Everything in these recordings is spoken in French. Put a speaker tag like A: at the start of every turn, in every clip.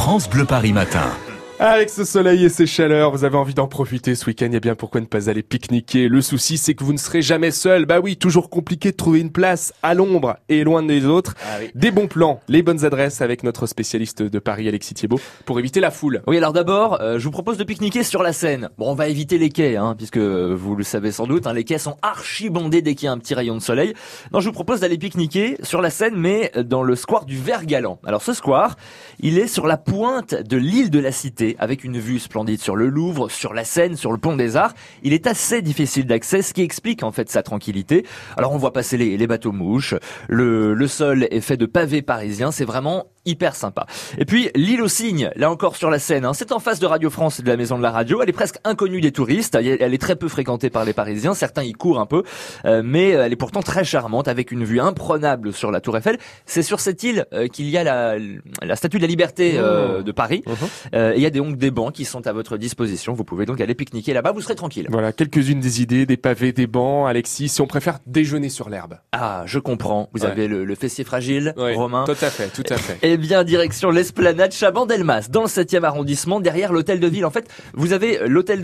A: France Bleu Paris Matin.
B: Avec ce soleil et ces chaleurs, vous avez envie d'en profiter ce week-end, et bien pourquoi ne pas aller pique-niquer? Le souci, c'est que vous ne serez jamais seul. Bah oui, toujours compliqué de trouver une place à l'ombre et loin des autres. Des bons plans, les bonnes adresses avec notre spécialiste de Paris, Alexis Thiebaud, pour éviter la foule.
C: Oui, alors d'abord, je vous propose de pique-niquer sur la Seine. Bon, on va éviter les quais, puisque vous le savez sans doute, les quais sont archi bondés dès qu'il y a un petit rayon de soleil. Non, je vous propose d'aller pique-niquer sur la Seine, mais dans le square du Vert-Galant. Alors ce square, il est sur la pointe de l'île de la Cité, avec une vue splendide sur le Louvre, sur la Seine, sur le pont des Arts. Il est assez difficile d'accès, ce qui explique en fait sa tranquillité. Alors on voit passer les bateaux mouches, le sol est fait de pavés parisiens, c'est vraiment hyper sympa. Et puis l'île aux Cygnes, là encore sur la Seine, c'est en face de Radio France et de la Maison de la Radio. Elle est presque inconnue des touristes, elle est très peu fréquentée par les Parisiens, certains y courent un peu, mais elle est pourtant très charmante avec une vue imprenable sur la Tour Eiffel. C'est sur cette île qu'il y a la Statue de la Liberté de Paris. Et il y a donc des bancs qui sont à votre disposition. Vous pouvez donc aller pique-niquer là-bas, vous serez tranquille.
B: Voilà, quelques-unes des idées, des pavés, des bancs. Alexis, si on préfère déjeuner sur l'herbe.
C: Ah, je comprends. Vous avez le fessier fragile, Romain.
B: Tout à fait.
C: Eh bien, direction l'esplanade Chaban-Delmas, dans le 7e arrondissement, derrière l'hôtel de ville. En fait, vous avez l'hôtel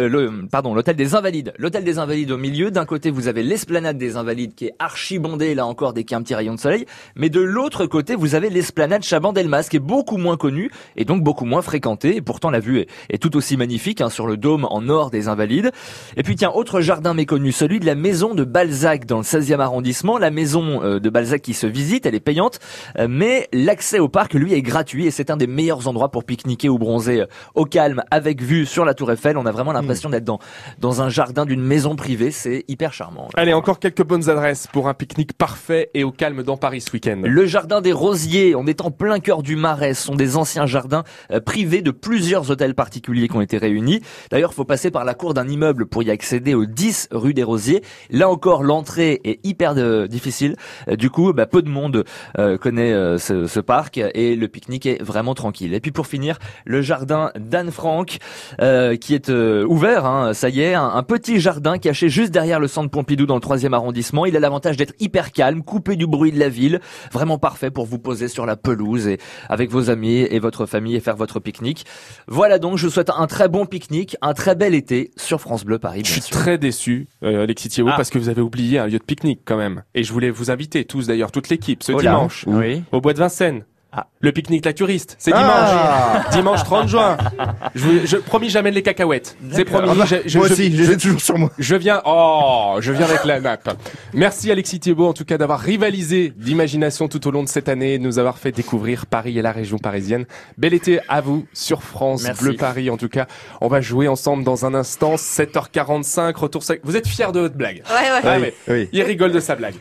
C: des Invalides. L'hôtel des Invalides au milieu. D'un côté, vous avez l'esplanade des Invalides qui est archi bondée, là encore, dès qu'il y a un petit rayon de soleil. Mais de l'autre côté, vous avez l'esplanade Chaban-Delmas qui est beaucoup moins connue et donc beaucoup moins fréquentée. Et pourtant, la vue est tout aussi magnifique sur le dôme en or des Invalides. Et puis, tiens, autre jardin méconnu, celui de la maison de Balzac dans le 16e arrondissement. La maison de Balzac qui se visite, elle est payante, mais l'accès au parc, lui, est gratuit et c'est un des meilleurs endroits pour pique-niquer ou bronzer au calme avec vue sur la Tour Eiffel. On a vraiment l'impression d'être dans un jardin d'une maison privée. C'est hyper charmant.
B: Allez, encore quelques bonnes adresses pour un pique-nique parfait et au calme dans Paris ce week-end.
C: Le jardin des Rosiers, on est en plein cœur du Marais. Ce sont des anciens jardins privés de plusieurs hôtels particuliers qui ont été réunis. D'ailleurs, il faut passer par la cour d'un immeuble pour y accéder au 10 rue des Rosiers. Là encore, l'entrée est hyper difficile. Du coup, peu de monde connaît ce parc et le pique-nique est vraiment tranquille. Et puis pour finir, le jardin d'Anne Frank qui est ouvert, ça y est, un petit jardin caché juste derrière le centre Pompidou dans le 3e arrondissement. Il a l'avantage d'être hyper calme, coupé du bruit de la ville, vraiment parfait pour vous poser sur la pelouse et avec vos amis et votre famille et faire votre pique-nique. Voilà donc, je vous souhaite un très bon pique-nique, un très bel été sur France Bleu Paris.
B: Je suis très déçu, Alexis Thiebaud, parce que vous avez oublié un lieu de pique-nique quand même. Et je voulais vous inviter tous d'ailleurs, toute l'équipe, ce dimanche, au Bois de Vincennes. Le pique-nique naturiste, c'est dimanche. Dimanche 30 juin. Je promis, j'amène les cacahuètes. C'est promis.
D: Moi aussi, je les ai toujours sur moi.
B: Je viens avec la nappe. Merci Alexis Thiebaud, en tout cas, d'avoir rivalisé d'imagination tout au long de cette année et de nous avoir fait découvrir Paris et la région parisienne. Bel été à vous sur France Bleu Paris. En tout cas, on va jouer ensemble dans un instant, 7h45, retour sec. Vous êtes fiers de votre blague?
E: Ouais.
D: Oui.
B: Il rigole de sa blague.